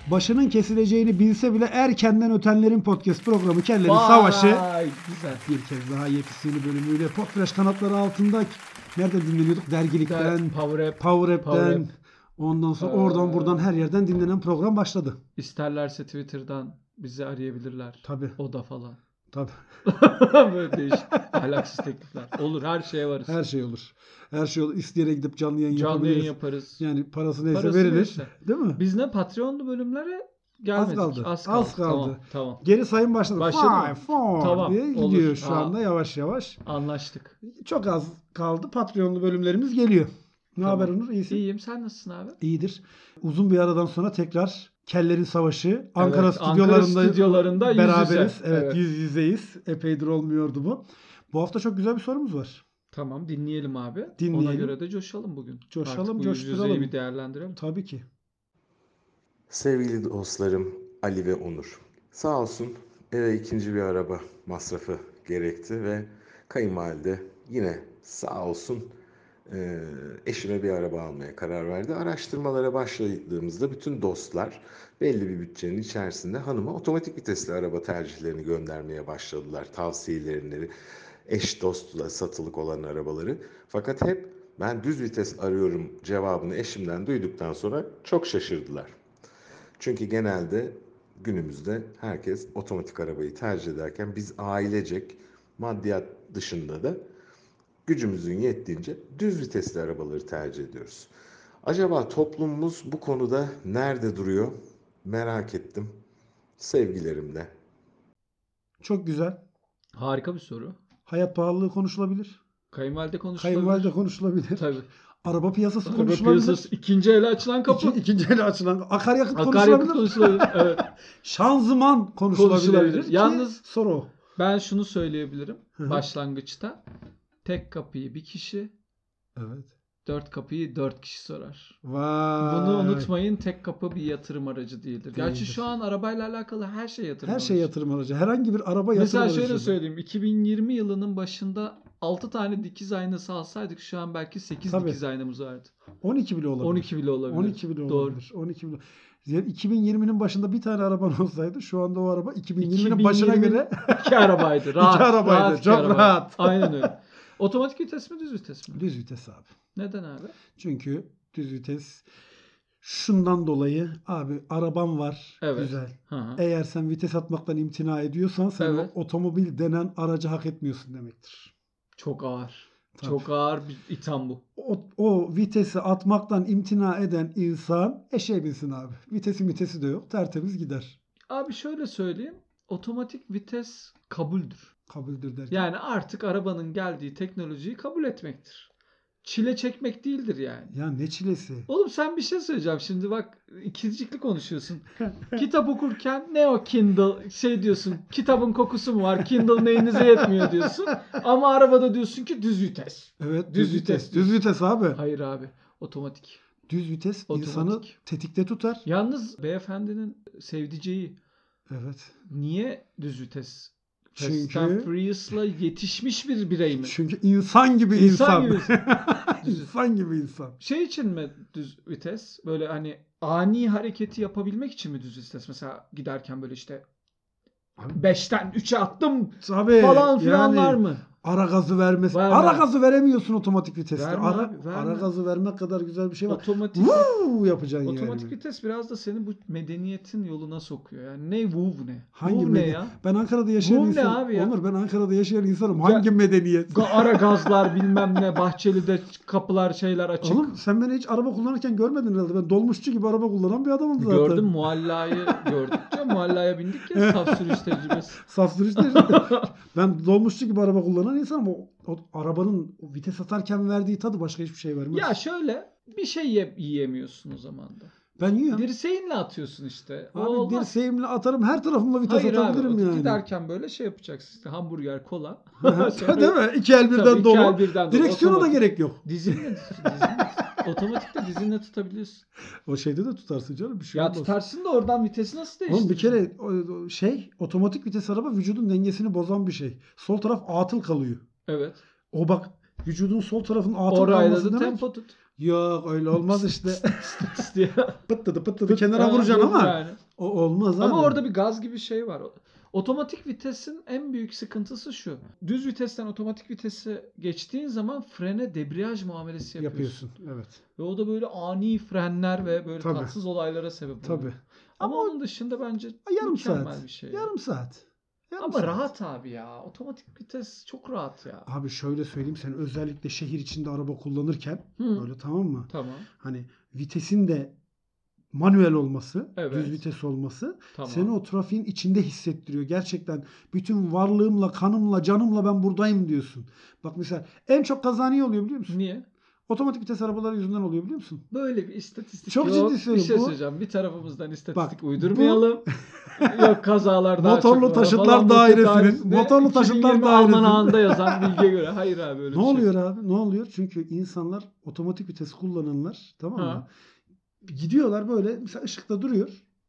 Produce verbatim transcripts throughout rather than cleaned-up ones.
başının kesileceğini bilse bile erkenden ötenlerin podcast programı Kellerin Savaşı. Güzel. Bir kez daha yepyeni bölümüyle Podfresh kanatları altında nereden dinleniyorduk? Dergilikten, Power App, Power App'ten. Power App. Ondan sonra Ee, oradan buradan her yerden dinlenen program başladı. İsterlerse Twitter'dan bizi arayabilirler. Tabii. O da falan. Tabii. Böyle değişik ahlaksız teklifler. Olur, her şeye varız. Her şey olur. Her şey olur. İsteyerek gidip canlı yayın Canlı yapabiliriz. yayın yaparız. Yani parası neyse Parası verilir. neyse. Değil mi? Biz ne Patreon'lu bölümlere gelmedik. Az kaldı. Az kaldı. Az kaldı. Tamam, tamam. Geri sayım başladı. Başladı Five, mı? four Tamam, diye olur. gidiyor şu Aa. anda yavaş yavaş. Anlaştık. Çok az kaldı. Patreonlu bölümlerimiz geliyor. Ne Tamam. haber Onur? İyisin? İyiyim. Sen nasılsın abi? İyidir. Uzun bir aradan sonra tekrar Kellerin Savaşı Ankara Evet, stüdyolarında, Ankara stüdyolarında yüz beraberiz. yüze. Evet, Evet. yüz yüzeyiz. Epeydir olmuyordu bu. Bu hafta çok güzel bir sorumuz var. Tamam, dinleyelim abi. Dinleyelim. Ona göre de coşalım bugün. Coşalım, Artık bu coşturalım. yüz yüzeyi bir değerlendirelim. Tabii ki. Sevgili dostlarım Ali ve Onur. Sağ olsun eve ikinci bir araba masrafı gerekti ve kayınvalide yine sağ olsun e, eşime bir araba almaya karar verdi. Araştırmalara başladığımızda bütün dostlar belli bir bütçenin içerisinde hanıma otomatik vitesli araba tercihlerini göndermeye başladılar. Tavsiyelerini, eş dostla satılık olan arabaları. Fakat hep ben düz vites arıyorum cevabını eşimden duyduktan sonra çok şaşırdılar. Çünkü genelde günümüzde herkes otomatik arabayı tercih ederken biz ailecek maddiyat dışında da gücümüzün yettiğince düz vitesli arabaları tercih ediyoruz. Acaba toplumumuz bu konuda nerede duruyor? Merak ettim. Sevgilerimle. Çok güzel. Harika bir soru. Hayat pahalılığı konuşulabilir. Kayınvalide konuşulabilir. Kayınvalide konuşulabilir. Tabii. Araba piyasası Araba konuşulabilir. piyasası, ikinci ele açılan kapı. İki, ikinci ele açılan akaryakıt, Akaryakıt konuşulabilir. konuşulabilir. Evet. Şanzıman konuşulabilir. Konuşulabilir. Ki Yalnız- soru o. Ben şunu söyleyebilirim Hı hı. başlangıçta. Tek kapıyı bir kişi, Evet. dört kapıyı dört kişi sorar. Vay. Bunu unutmayın, tek kapı bir yatırım aracı değildir. Gerçi Değildir. şu an arabayla alakalı her şey yatırım Her şey aracı. yatırım aracı. Herhangi bir araba yatırım Mesela aracı. şöyle söyleyeyim. iki bin yirmi yılının başında altı tane dikiz aynası alsaydık şu an belki sekiz Tabii. dikiz aynamız vardı. on iki bile olabilir. on iki bile olabilir. on iki bile Doğru. olabilir. on iki bile. Yani iki bin yirminin başında bir tane araban olsaydı şu anda o araba iki bin yirminin iki bin başına yirmi göre iki arabaydı. Rahat. İki arabaydı. rahat iki Çok arabaydı. rahat. Aynen öyle. Otomatik vites mi düz vites mi? düz vites abi. Neden abi? Çünkü düz vites şundan dolayı abi araban var. Evet. Güzel. Hı hı. Eğer sen vites atmaktan imtina ediyorsan sen Evet. o otomobil denen aracı hak etmiyorsun demektir. Çok ağır. Tabii. Çok ağır bir itham bu. O, o vitesi atmaktan imtina eden insan eşeğe binsin abi. Vitesi vitesi de yok. Tertemiz gider. Abi şöyle söyleyeyim. Otomatik vites kabuldür. Kabuldür derken. Yani artık arabanın geldiği teknolojiyi kabul etmektir. Çile çekmek değildir yani. Ya ne çilesi. Oğlum sen bir şey söyleyeceğim. Şimdi bak ikizcikli konuşuyorsun. Kitap okurken ne o Kindle şey diyorsun. Kitabın kokusu mu var? Kindle neyinize yetmiyor diyorsun. Ama arabada diyorsun ki düz vites. Evet düz, Düz vites. vites. Düz vites abi. Hayır abi. Otomatik. Düz vites Otomatik. insanı tetikte tutar. Yalnız beyefendinin sevdiceği Evet. niye düz vites? Çünkü- Fast and Furious'la yetişmiş bir birey mi? Çünkü insan gibi insan. İnsan gibi. İnsan gibi insan. Şey için mi düz vites? Böyle hani ani hareketi yapabilmek için mi düz vites? Mesela giderken böyle işte beşten üçe attım Tabii. falan filan yani var mı? Ara gazı vermesi. Verme. Ara gazı veremiyorsun otomatik viteste. Verme Ara, abi, verme. ara gazı vermek kadar güzel bir şey var. Otomatik Vuuu yapacaksın otomatik yani. vites biraz da seni bu medeniyetin yoluna sokuyor. Yani ne WoW ne? Hangi WoW ne meden- ya? Ben Ankara'da yaşayan Bu ne insanım. abi ya? Onur ben Ankara'da yaşayan insanım. Hangi medeniyet? Ga- Ara gazlar bilmem ne, Bahçeli'de kapılar şeyler açık. Oğlum sen beni hiç araba kullanırken görmedin herhalde. Ben dolmuşçu gibi araba kullanan bir adamım zaten. Gördüm muallayı gördük. Ya, muallaya bindik ya saf sürüş tecrübesi. Safsır işte. Ben dolmuşçu gibi araba kullanan insanım. O, o arabanın o vites atarken verdiği tadı başka hiçbir şey vermez. Ya şöyle bir şey ye- yiyemiyorsun o zaman da. ben yiyorum. Dirseğinle atıyorsun işte. O Abi olmaz. dirseğimle atarım. Her tarafımla vites Hayır atabilirim abi, yani. Giderken böyle şey yapacaksın işte hamburger, kola. Değil mi? İki el birden Tabii, iki dolu. el birden dolu, Direksiyona da otomatik. gerek yok. Dizinle, dizinle otomatikte dizinle tutabiliyorsun. O şeyde de tutarsın canım. Bir şey Ya olmaz. tutarsın da oradan vitesi nasıl değiştirir? Oğlum bir kere o- o şey otomatik vites araba vücudun dengesini bozan bir şey. Sol taraf atıl kalıyor. Evet. O bak vücudun sol tarafının atıl Orayla kalması da demek. tempo tut. Yok öyle olmaz işte. diye. Pıtladı pıtladı kenara Ha, vuracaksın vur ama yani. o olmaz abi. Ama orada bir gaz gibi şey var. Otomatik vitesin en büyük sıkıntısı şu. Düz vitesten otomatik vitese geçtiğin zaman frene debriyaj muamelesi yapıyorsun. yapıyorsun. Evet. Ve o da böyle ani frenler ve böyle Tabii. tatsız olaylara sebep oluyor. Tabii. Ama, Ama onun dışında bence yarım mükemmel saat. bir şey. Yarım saat. Yarım Ama saat. rahat abi ya. Otomatik vites çok rahat ya. Abi şöyle söyleyeyim, sen özellikle şehir içinde araba kullanırken Hı. böyle, tamam mı? Tamam. Hani vitesin de manuel olması, Evet. düz vites olması Tamam. seni o trafiğin içinde hissettiriyor. Gerçekten bütün varlığımla, kanımla, canımla ben buradayım diyorsun. Bak mesela en çok kaza niye oluyor biliyor musun? Niye? Otomatik vites arabaları yüzünden oluyor biliyor musun? Böyle bir istatistik Çok yok. ciddi Bir söylüyorum. şey Bu- söyleyeceğim. Bir tarafımızdan istatistik Bak, uydurmayalım. yok kazalar daha Motorlu çok var Taşıtlar falan. Dairesinin- Dairesinde Motorlu Taşıtlar iki bin yirmi Dairesi'nin- Almanağında yazan bilgiye göre. Hayır abi öyle Ne bir şey. oluyor abi? Ne oluyor? Çünkü insanlar otomatik vites kullananlar, tamam mı? Ha. Gidiyorlar böyle mesela ışıkta duruyor.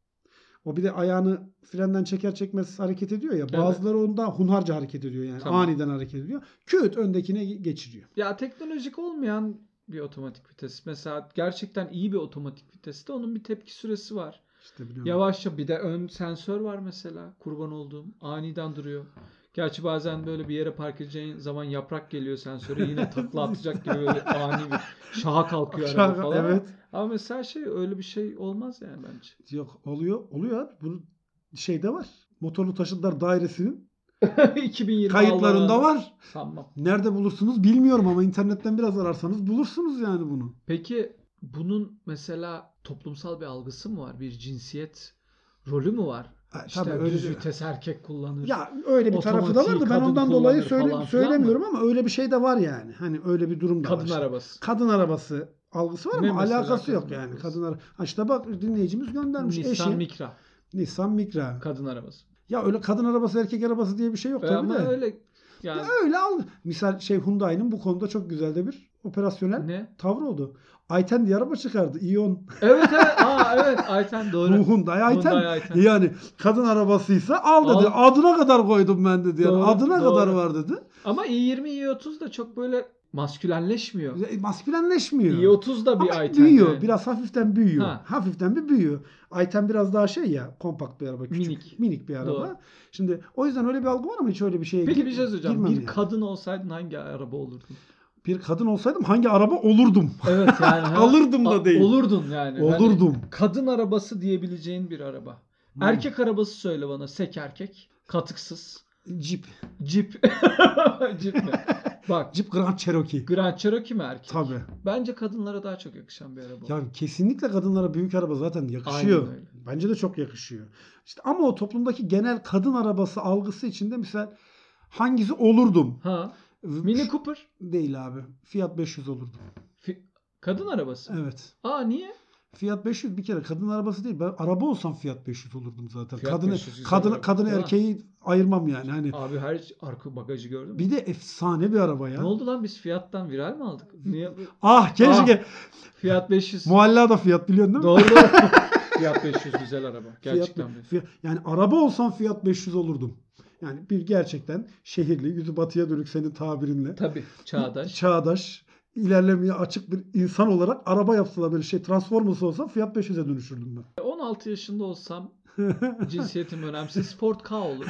O bir de ayağını frenden çeker çekmez hareket ediyor ya. Evet. Bazıları ondan hunharca hareket ediyor yani. Tamam. Aniden hareket ediyor. Küt öndekine geçiriyor. Ya teknolojik olmayan bir otomatik vites. Mesela gerçekten iyi bir otomatik viteste onun bir tepki süresi var. İşte biliyorum. Yavaşça bir de ön sensör var mesela. Kurban olduğum. Aniden duruyor. Gerçi bazen böyle bir yere park edeceğin zaman yaprak geliyor sensöre. Yine takla atacak gibi böyle ani bir şaha kalkıyor araba Şaka- falan. evet. Ama mesela şey öyle bir şey olmaz yani bence. Yok oluyor. Oluyor abi. Bu şeyde var. Motorlu Taşıtlar Dairesi'nin iki bin yirmi kayıtlarında Allah'ım. var. Sanmam. Nerede bulursunuz bilmiyorum ama internetten biraz ararsanız bulursunuz yani bunu. Peki bunun mesela toplumsal bir algısı mı var? Bir cinsiyet rolü mü var? Ha, İşte tabii öyle düz bir- vites erkek kullanır. Ya öyle bir tarafı da Otomatiği var da ben kadın ondan dolayı kullanır söyle, falan filan söylemiyorum ama öyle bir şey de var yani. Hani öyle bir durum da var. Kadın işte. arabası. Kadın arabası algısı var Ne ama mesela alakası kadın yok yani. arabası? Kadın ara- ha işte bak dinleyicimiz göndermiş Nissan eşi. Micra. Nissan Micra. Kadın arabası. Ya öyle kadın arabası erkek arabası diye bir şey yok E tabii ama de. öyle yani Ya öyle al. Misal şey Hyundai'nin bu konuda çok güzel de bir operasyonel ne? tavrı oldu. Ayten diye araba çıkardı. Ion. Evet evet. Aa evet Ayten doğru. Hyundai Ayten. Hyundai Ayten. Yani kadın arabasıysa al dedi. Al. Adına kadar koydum ben dedi. Yani Doğru, adına doğru. kadar var dedi. Ama i yirmi i otuz da çok böyle maskülenleşmiyor. E, Maskülenleşmiyor. i otuz da bir Ama Ayten. büyüyor. yani. Biraz hafiften büyüyor. Ha. Hafiften bir büyüyor. Ayten biraz daha şey ya, kompakt bir araba. Küçük, Minik. minik bir araba. Doğru. Şimdi o yüzden öyle bir algı var ama hiç öyle bir şeye Peki gir- bir şey söyleyeceğim. girmem Bir yani. kadın olsaydın hangi araba olurdun? Bir kadın olsaydım hangi araba olurdum? Evet yani. ha. Alırdım da A- değil. Olurdun yani. Hani Olurdum. kadın arabası diyebileceğin bir araba. Hmm. Erkek arabası söyle bana. Sek erkek. Katıksız. Jeep. Jeep. Jeep mi? Bak. Jeep Grand Cherokee. Grand Cherokee mi erkek? Tabii. Bence kadınlara daha çok yakışan bir araba. Ya kesinlikle kadınlara büyük araba zaten yakışıyor. Aynen öyle. Bence de çok yakışıyor. İşte ama o toplumdaki genel kadın arabası algısı içinde mesela hangisi olurdum? Ha. Mini Cooper. Değil abi. Fiat beş yüz olurdum. Fi- kadın arabası. Evet. Aa niye? Fiat beş yüz bir kere kadın arabası değil. Ben araba olsam Fiat beş yüz olurdum zaten. Fiat kadını beş yüz güzel kadını araba. kadını Değil mi? erkeği ayırmam yani. Hani Abi her arka bagajı gördün mü? bir de efsane bir araba ya. Ne oldu lan biz Fiat'tan viral mi aldık? Niye? Ah keşke. Fiat beş yüz. Muhalla da Fiat biliyorsun değil mi? Doğru doğru. Fiat beş yüz güzel araba. Gerçekten. Fiat, bir- Fiat, yani araba olsam Fiat beş yüz olurdum. Yani bir gerçekten şehirli, yüzü batıya dönük senin tabirinle. Tabii. Çağdaş. Çağdaş, ilerlemeye açık bir insan olarak araba yapsalar böyle şey Transformers olsam Fiat beş yüze dönüşürdüm ben. on altı yaşında olsam cinsiyetim önemsiz. Sport K olur.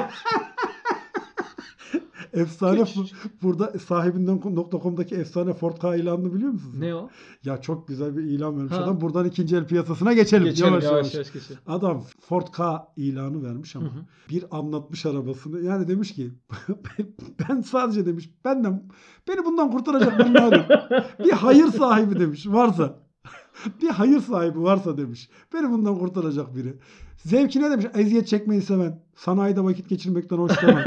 Efsane Küçücük. burada sahibinden nokta com'daki efsane Ford Ka ilanını biliyor musunuz? Ne o? Ya çok güzel bir ilan vermiş Ha. adam. Buradan ikinci el piyasasına geçelim. Geçelim yavaş yavaş yavaş. yavaş geçelim. Adam Ford Ka ilanı vermiş ama Hı hı. bir anlatmış arabasını. Yani demiş ki ben sadece demiş benden beni bundan kurtaracak birini arıyorum. Bir hayır sahibi demiş varsa. Bir hayır sahibi varsa demiş. Beni bundan kurtaracak biri. Zevkine demiş eziyet çekmeyi seven. Sanayide vakit geçirmekten hoşlanan.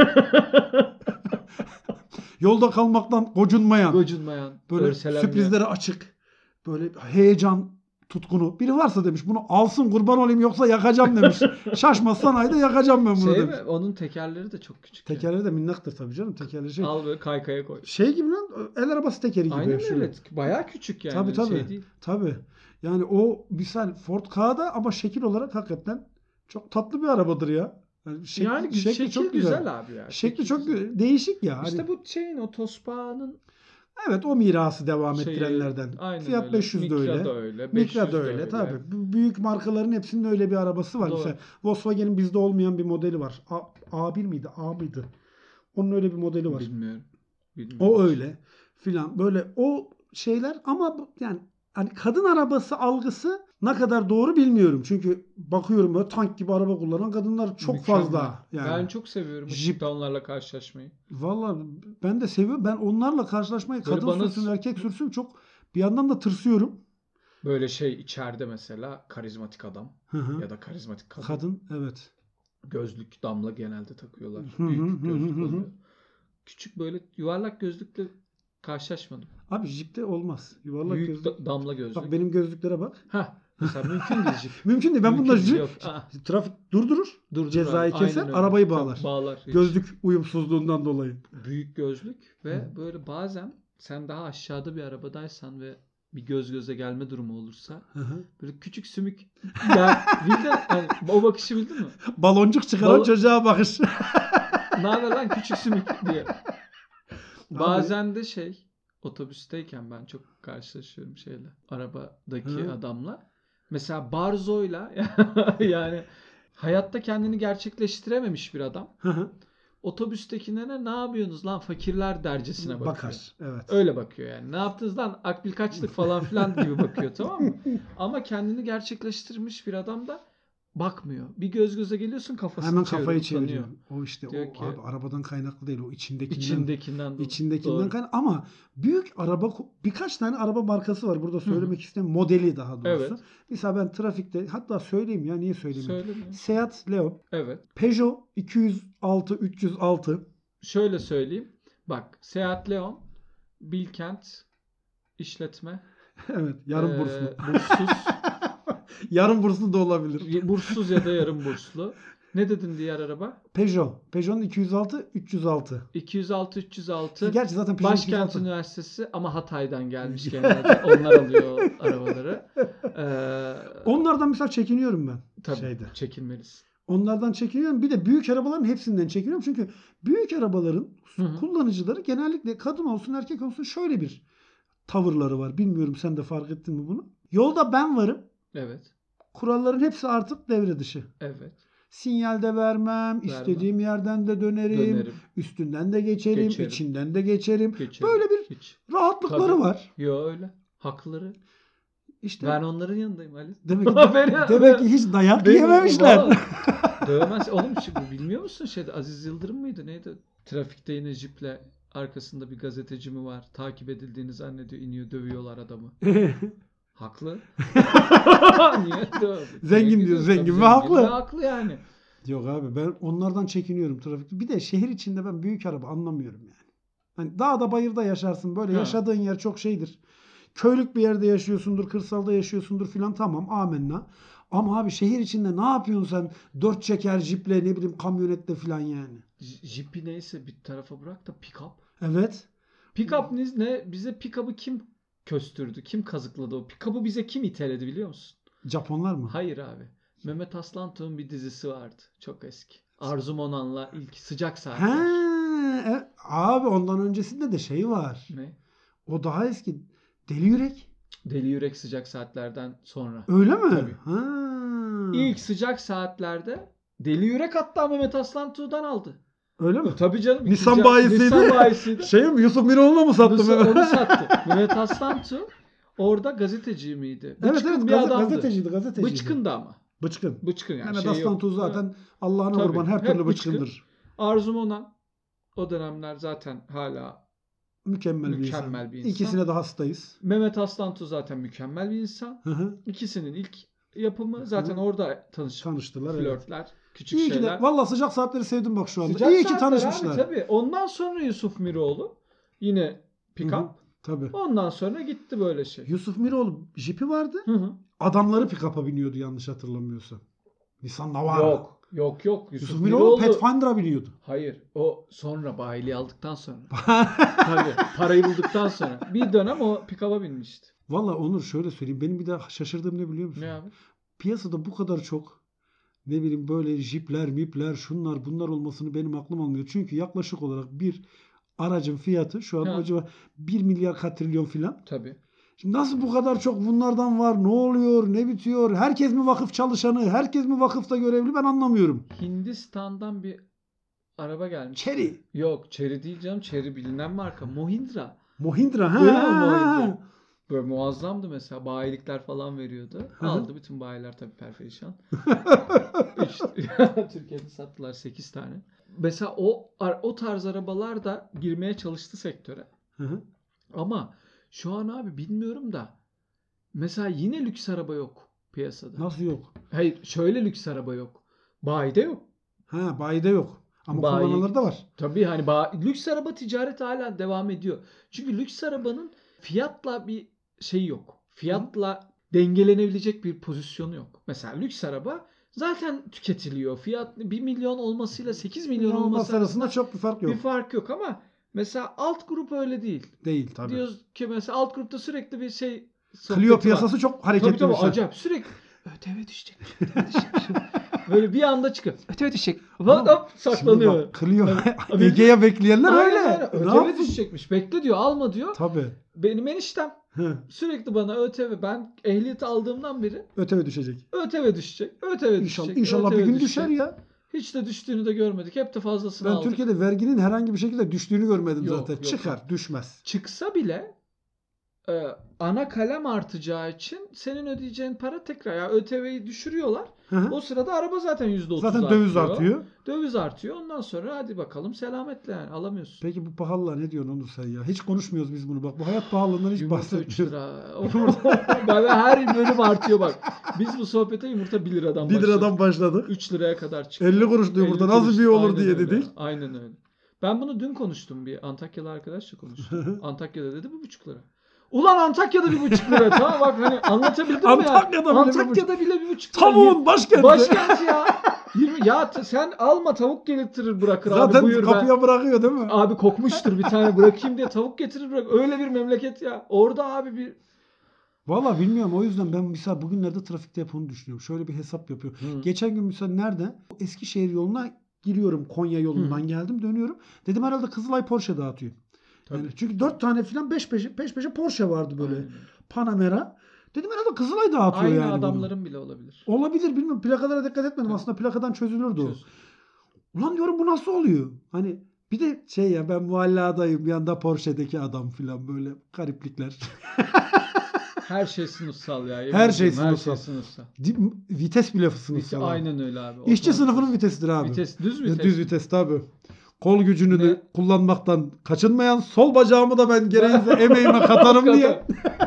Yolda kalmaktan gocunmayan. Gocunmayan. Böyle örselenmeyen. sürprizlere açık. Böyle heyecan tutkunu. Biri varsa demiş bunu alsın kurban olayım yoksa yakacağım demiş. Şaşmaz sanayide yakacağım ben bunu Şey demiş. mi? Onun tekerleri de çok küçük. yani. Tekerleri de minnaktır tabii canım. Tekerleri şey. Al böyle kaykaya koy. Şey gibi lan el arabası tekeri gibi. Aynen şöyle. öyle. Bayağı küçük yani. Tabii tabii. Şey değil. Tabii. Yani o misal Ford Ka'da ama şekil olarak hakikaten çok tatlı bir arabadır ya. Yani, şekli, yani gü- şekli şekil çok güzel. güzel. abi ya. Şekli Şekil çok güzel. gü- değişik ya. Hani İşte bu şeyin o Tospa'nın Evet, o mirası devam Şeyi- ettirenlerden. aynen Fiat öyle. beş yüz de Micra öyle. da öyle. Micra beş yüz da de öyle tabii. Bu büyük markaların hepsinin öyle bir arabası var. Doğru. Mesela Volkswagen'in bizde olmayan bir modeli var. A, A1 miydi? A mıydı? Onun öyle bir modeli var. Bilmiyorum. Bilmiyorum. O öyle filan. Böyle o şeyler ama bu- yani hani kadın arabası algısı ne kadar doğru bilmiyorum. Çünkü bakıyorum böyle tank gibi araba kullanan kadınlar çok Mükemmel. fazla. Yani. Ben çok seviyorum Jeep. ışıkta onlarla karşılaşmayı. Vallahi ben de seviyorum. Ben onlarla karşılaşmayı Böyle kadın bana- sürsün erkek sürsün çok bir yandan da tırsıyorum. Böyle şey içeride mesela karizmatik adam Hı hı. ya da karizmatik kadın. Kadın evet. Gözlük, damla genelde takıyorlar. Hı hı, Büyük hı hı, gözlük hı hı. oluyor. Küçük böyle yuvarlak gözlükle karşılaşmadım. Abi Jeep'te olmaz. Yuvarlak Büyük gözlük. da- damla gözlük. Bak benim gözlüklere bak. Heh, mesela mümkün değil Jeep. Mümkün değil. Ben Mümkün bununla değil, Jeep yok. Aa. trafik durdurur. Durdurur Cezayı abi, keser, aynen öyle. arabayı Tabii, bağlar. bağlar. Hiç. Gözlük uyumsuzluğundan dolayı. Büyük gözlük ve Hı. böyle bazen sen daha aşağıda bir arabadaysan ve bir göz göze gelme durumu olursa Hı hı. böyle küçük sümük ya bildin hani o bakışı bildin mi? Baloncuk çıkaran Balo- çocuğa bakış. Ne haber lan küçük sümük diye. Bazen de şey otobüsteyken ben çok karşılaşıyorum şeyle arabadaki Hı. adamla. Mesela barzoyla yani hayatta kendini gerçekleştirememiş bir adam. Hı hı. Otobüstekilere ne yapıyorsunuz lan fakirler dercesine bakıyor. Bakar. Evet. Öyle bakıyor yani. Ne yaptınız lan akbil kaçlık falan filan gibi bakıyor tamam mı? Ama kendini gerçekleştirmiş bir adam da bakmıyor. Bir göz göze geliyorsun kafasını Hemen çeviriyor, kafayı utanıyor. çeviriyor. O işte Diyor o ki- abi arabadan kaynaklı değil. O içindekinden. İçindekinden dolayı. İçindekinden Doğru. kaynaklı. Ama büyük araba birkaç tane araba markası var. Burada söylemek istemiyorum. Modeli daha doğrusu. Evet. Mesela ben trafikte hatta söyleyeyim ya niye söyleyeyim? Söyle mi? Seat Leon, Evet. Peugeot iki yüz altı üç yüz altı. Şöyle söyleyeyim. Bak Seat Leon, Bilkent işletme. Evet, yarım Ee, burslu. Burssuz. Yarım burslu da olabilir. Burssuz ya da yarım burslu. Ne dedin diğer araba? Peugeot. Peugeot'un iki yüz altı üç yüz altı. iki yüz altı üç yüz altı. Gerçi zaten Peugeot iki yüz Başkent altı. Üniversitesi ama Hatay'dan gelmiş genelde. Onlar alıyor o arabaları. Ee, Onlardan mesela çekiniyorum ben. tabii Şeyde. çekinmelisin. Onlardan çekiniyorum. Bir de büyük arabaların hepsinden çekiniyorum. Çünkü büyük arabaların Hı hı. kullanıcıları genellikle kadın olsun erkek olsun şöyle bir tavırları var. Bilmiyorum sen de fark ettin mi bunu? Yolda ben varım. Evet. Kuralların hepsi artık devre dışı. Evet. Sinyalde vermem, istediğim yerden de dönerim, Dönerim. üstünden de geçerim, Geçerim. içinden de geçerim. Geçerim. Böyle bir Hiç. rahatlıkları Tabii. var. Yo öyle. Hakları. İşte Ben onların yanındayım Ali. demek ki, Beni- demek ki hiç dayak Beni- yememişler. Vallahi Dövemez. Oğlum şimdi bilmiyor musun şeyde Aziz Yıldırım mıydı neydi? Trafikte yine jiple arkasında bir gazeteci mi var? Takip edildiğini zannediyor. İniyor dövüyorlar adamı. Haklı. Niye döv? Zengin Niye diyor, gidiyor? zengin Tabii ve haklı. ve haklı yani. Yok abi ben onlardan çekiniyorum trafikte. Bir de şehir içinde ben büyük araba anlamıyorum yani. Hani dağda bayırda yaşarsın böyle Ha. yaşadığın yer çok şeydir. Köylük bir yerde yaşıyorsundur, kırsalda yaşıyorsundur filan tamam amenna. Ama abi şehir içinde ne yapıyorsun sen? Dört çeker jiple ne bileyim kamyonetle filan yani. J- Jeep'i neyse bir tarafa bırak da pick-up. Evet. Pick-up ne? ne? Bize pick-up'ı kim köstürdü? Kim kazıkladı o? Pick-up'ı bize kim iteledi biliyor musun? Japonlar mı? Hayır abi. Mehmet Aslantuğ'un bir dizisi vardı. Çok eski. Arzu Monan'la ilk Sıcak He, Saatler. e, abi ondan öncesinde de şey var. Ne? O daha eski. Deli Yürek. Deli Yürek Sıcak Saatler'den sonra. Öyle mi? Tabii. Ha. İlk Sıcak Saatlerde Deli Yürek hatta Mehmet Aslantuğ'dan aldı. Öyle mi? Tabii canım. Nissan ikinci- bayisiydi. Nissan bayisiydi. Şey mi? Yusuf Miroğlu'na mı sattı? Nasıl Mehmet? onu sattı. Mehmet Aslantuğ orada gazeteci miydi? Evet Bıçkın evet bir gazete, adamdı. gazeteciydi gazeteciydi. Bıçkın da ama. Bıçkın. Bıçkın yani. Mehmet şey Aslan yok. Tuz zaten Allah'ına Tabii, kurban her hep türlü bıçkın. bıçkındır. Arzu Monan o dönemler zaten hala Mükemmel, Mükemmel bir bir insan. insan. İkisine de hastayız. Mehmet Aslantuğ zaten mükemmel bir insan. Hı hı. İkisinin ilk yapımı zaten Hı. orada tanışıp Tanıştılar. Evet. flörtler, küçük İyi ki şeyler. de valla sıcak saatleri sevdim bak şu anda. Sıcak İyi ki saatler tanışmışlar. Abi, tabii. Ondan sonra Yusuf Miroğlu yine Hı pick-up. hı, tabii. Ondan sonra gitti böyle şey. Yusuf Miroğlu jipi vardı. Hı hı. Adamları pick-up'a biniyordu yanlış hatırlamıyorsam. Nissan Navara. Yok. Yok yok. Yusuf, Yusuf Miroğlu Pathfinder'a biniyordu. Hayır. O sonra bayiliği aldıktan sonra. Tabii. Parayı bulduktan sonra. Bir dönem o pick-up'a binmişti. Valla Onur şöyle söyleyeyim. Benim bir daha şaşırdığım ne biliyor musun? Ne abi? Piyasada bu kadar çok ne bileyim böyle jipler, mipler, şunlar bunlar olmasını benim aklım almıyor. Çünkü yaklaşık olarak bir aracın fiyatı şu an Ha. acaba bir milyar katrilyon filan. Tabii. Şimdi nasıl bu kadar çok bunlardan var? Ne oluyor? Ne bitiyor? Herkes mi vakıf çalışanı? Herkes mi vakıfta görevli? Ben anlamıyorum. Hindistan'dan bir araba gelmiş. Chery. Yok, Chery değil canım. Chery bilinen marka. Mahindra. Mahindra. Ha, Duyuyor ha, musun ha. Mahindra? Böyle muazzamdı mesela. Bayilikler falan veriyordu. Hı hı. Aldı. Bütün bayiler tabii perperişan. İşte, Türkiye'de sattılar sekiz tane. Mesela o o tarz arabalar da girmeye çalıştı sektöre. Hı hı. Ama şu an abi bilmiyorum da mesela yine lüks araba yok piyasada. Nasıl yok? Hayır, şöyle lüks araba yok. Bayide yok. Ha, bayide yok. Ama Bayi- kullananlar da var. Tabii hani ba- lüks araba ticareti hala devam ediyor. Çünkü lüks arabanın fiyatla bir şeyi yok. Fiyatla dengelenebilecek bir pozisyonu yok. Mesela lüks araba zaten tüketiliyor. Fiyat bir milyon olmasıyla sekiz milyon Olması olması arasında arasında çok bir fark yok. bir fark yok ama mesela alt grup öyle değil. Değil tabii. Diyoruz ki mesela alt grupta sürekli bir şey Clio sohbeti var. piyasası çok hareketli. Tabii tabii bir şey. acayip. Sürekli ÖTV düşecek. ÖTV düşecek. Böyle bir anda çıkıyor. ÖTV düşecek. Hop Ama hop saklanıyor. Şimdi bak, Clio Abi- Ege'ye bekleyenler Aynen öyle. aynen. Ne ÖTV yapsın? düşecekmiş. Bekle diyor. Alma diyor. Tabii. Benim eniştem Hı. sürekli bana ÖTV, ben ehliyeti aldığımdan beri ÖTV düşecek. ÖTV düşecek. ÖTV İnşallah, düşecek. inşallah ÖTV bir gün düşecek. düşer ya. Hiç de düştüğünü de görmedik. Hep de fazlasını Ben aldık. Türkiye'de verginin herhangi bir şekilde düştüğünü görmedim Yok, zaten. yok. Çıkar, düşmez. Çıksa bile e, ana kalem artacağı için senin ödeyeceğin para tekrar ya ÖTV'yi düşürüyorlar. Hı hı. O sırada araba zaten yüzde otuz Zaten artıyor. döviz artıyor. Döviz artıyor. Ondan sonra hadi bakalım selametle yani alamıyorsun. Peki bu pahalılığa ne diyorsun Onur sen ya? Hiç konuşmuyoruz biz bunu bak. Bu hayat pahalılığından hiç Yumurta üç bahsetmiyoruz. lira. Bak her bölüm artıyor bak. Biz bu sohbete yumurta bir liradan bir başladık. liradan başladık. üç liraya kadar çıktı. elli kuruşlu yumurta nasıl bir olur Aynen diye öyle. dedik. Aynen öyle. Ben bunu dün konuştum bir Antakyalı arkadaşla konuştum. Antakya'da dedi bir buçuk lira. Ulan Antakya'da bir buçuk lira. Tamam bak hani anlatabildim mi ya? Antakya'da bile bir Antakya'da bile bir buçuk lira. Tavuğun başkenti. Başkent ya. yirmi ya t- sen alma tavuk getirir bırakır Zaten abi buyur kapıya ben. bırakıyor değil mi? Abi kokmuştur bir tane bırakayım diye tavuk getirir bırak. Öyle bir memleket ya. Orada abi bir Valla bilmiyorum o yüzden ben mesela bugünlerde trafikte hep onu düşünüyorum. Şöyle bir hesap yapıyorum. Hı. Geçen gün mesela nerede? Eskişehir yoluna giriyorum. Konya yolundan Hı. geldim dönüyorum. Dedim herhalde Kızılay Porsche dağıtıyor. Tabii. Yani çünkü dört tane falan beş peşe, peş peşe Porsche vardı böyle. Aynen. Panamera. Dedim herhalde Kızılay dağıtıyor Aynı yani bunu. adamların bile olabilir. Olabilir bilmiyorum. Plakalara dikkat etmedim. Tabii. Aslında plakadan çözülürdü o. Çöz. Ulan diyorum bu nasıl oluyor? Hani bir de şey ya ben muhalladayım. Bir yanda Porsche'deki adam falan böyle gariplikler. Her şey sınıfsal ya. yemin Her şey ediyorum, sınıfsal. Her şey sınıfsal. Di- Vites bile Vite- sınıfsal. aynen öyle abi. İşçi Otomatik. sınıfının vitesidir abi. Vites, düz Ya, vites. Düz vites tabi. Kol gücünü Ne? de kullanmaktan kaçınmayan sol bacağımı da ben gereğince emeğime katarım diye.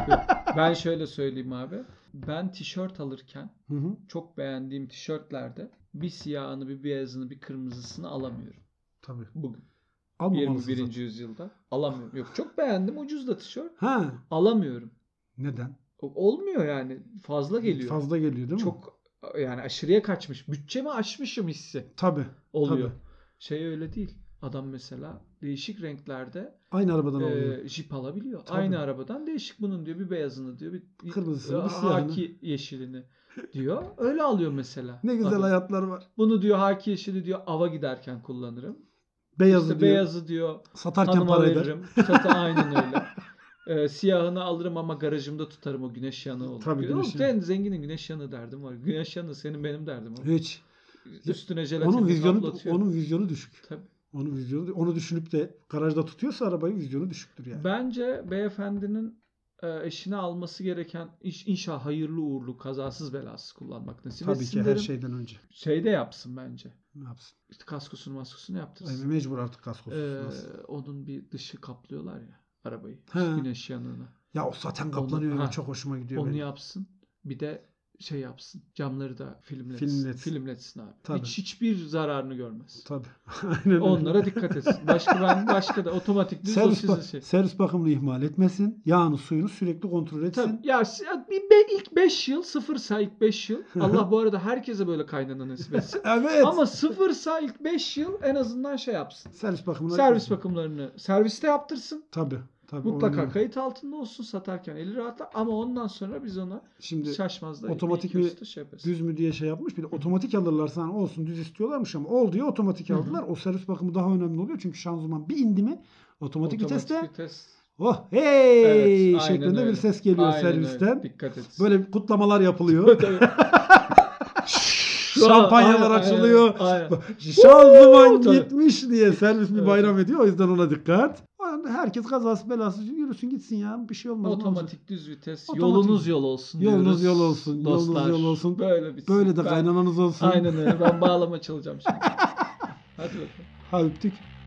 Ben şöyle söyleyeyim abi. Ben tişört alırken Hı hı. çok beğendiğim tişörtlerde bir siyahını, bir beyazını, bir kırmızısını alamıyorum. Tabii. Bugün. Almamalısın yirmi birinci zaten. yüzyılda alamıyorum. Yok çok beğendim ucuz da tişört. Ha. Alamıyorum. Neden? Olmuyor yani. Fazla geliyor. Fazla geliyor değil mi? Çok yani aşırıya kaçmış. Bütçemi aşmışım hissi Tabii. oluyor. Tabii. Şey öyle değil. Adam mesela değişik renklerde Aynı arabadan alıyor. e, jip alabiliyor. Tabii. Aynı arabadan değişik bunun diyor. Bir beyazını diyor. Bir Kırmızısını, bir e, siyahını. haki yeşilini diyor. Öyle alıyor mesela. Ne güzel Adam. hayatlar var. Bunu diyor haki yeşili diyor ava giderken kullanırım. Beyazı işte diyor. beyazı diyor Satarken hanıma para eder. veririm. Sata aynen öyle. Ee, siyahını alırım ama garajımda tutarım o güneş yanığı olur. Tabii, Oğlum, güneş sen zenginin güneş yanığı derdim var. Güneş yanığı senin benim derdim. Oğlum. Hiç. Üstüne jelatinle Onun vizyonu kaplatıyor. onun vizyonu düşük. Tabii. Onun vizyonu onu düşünüp de garajda tutuyorsa arabayı vizyonu düşüktür yani. Bence beyefendinin e, eşine alması gereken iş inşallah hayırlı uğurlu kazasız belasız kullanmak nasip Tabii etsin ki her derim. şeyden önce. Şey de yapsın bence. Ne yapsın? İşte kaskosunu maskosunu Ay, yaptırsın. mecbur artık kaskosuz. Ee, Nasıl? onun bir dışı kaplıyorlar ya arabayı. He. Güneş yanığına. Ya o zaten kaplanıyor. onu- ya, ha, çok hoşuma gidiyor Onu benim. yapsın. Bir de şey yapsın. Camları da filmletsin. Filmletsin. Filmletsin abi. Tabii. Hiç hiçbir zararını görmez. Tabii. Aynen öyle. Onlara dikkat etsin. Başka ben başka da otomatik düz o servis, sizin ba- şey. servis bakımını ihmal etmesin. Yağını suyunu sürekli kontrol etsin. Tabii. Ya ya bir be, ilk beş yıl sıfırsa ilk beş yıl. Allah bu arada herkese böyle kaynana nasip etsin. Evet. Ama sıfırsa ilk beş yıl en azından şey yapsın. servis bakımına Servis etmesin. bakımlarını serviste yaptırsın. Tabii. Tabii. Mutlaka onun- kayıt altında olsun satarken eli rahatlar ama ondan sonra biz ona Şimdi şaşmaz da otomatik bir iki mi, usta şey yaparız. düz mü diye şey yapmış. Bir de otomatik alırlarsa hani olsun düz istiyorlarmış ama ol diye otomatik Hı hı. aldılar. O servis bakımı daha önemli oluyor. Çünkü şanzıman bir indi mi Otomatik, viteste vites. oh hey Evet, aynen şeklinde öyle. bir ses geliyor Aynen servisten. öyle. Dikkat et. Böyle kutlamalar yapılıyor. Tabii. Şampanyalar Aynen, açılıyor. aynen. Şanzıman Tabii. gitmiş diye servis bir Evet. bayram ediyor. O yüzden ona dikkat. O yüzden herkes kazası belası yürüsün gitsin ya. Bir şey olmaz. ne olacak? Otomatik düz vites. Otomatik. Yolunuz yol olsun Yolunuz diyoruz. yol olsun, yolunuz Dostlar. yol olsun. Böyle bir Böyle de ben- kaynananız olsun. Aynen öyle. Ben bağlama çalacağım şimdi. Hadi bakalım. Hadi öptük.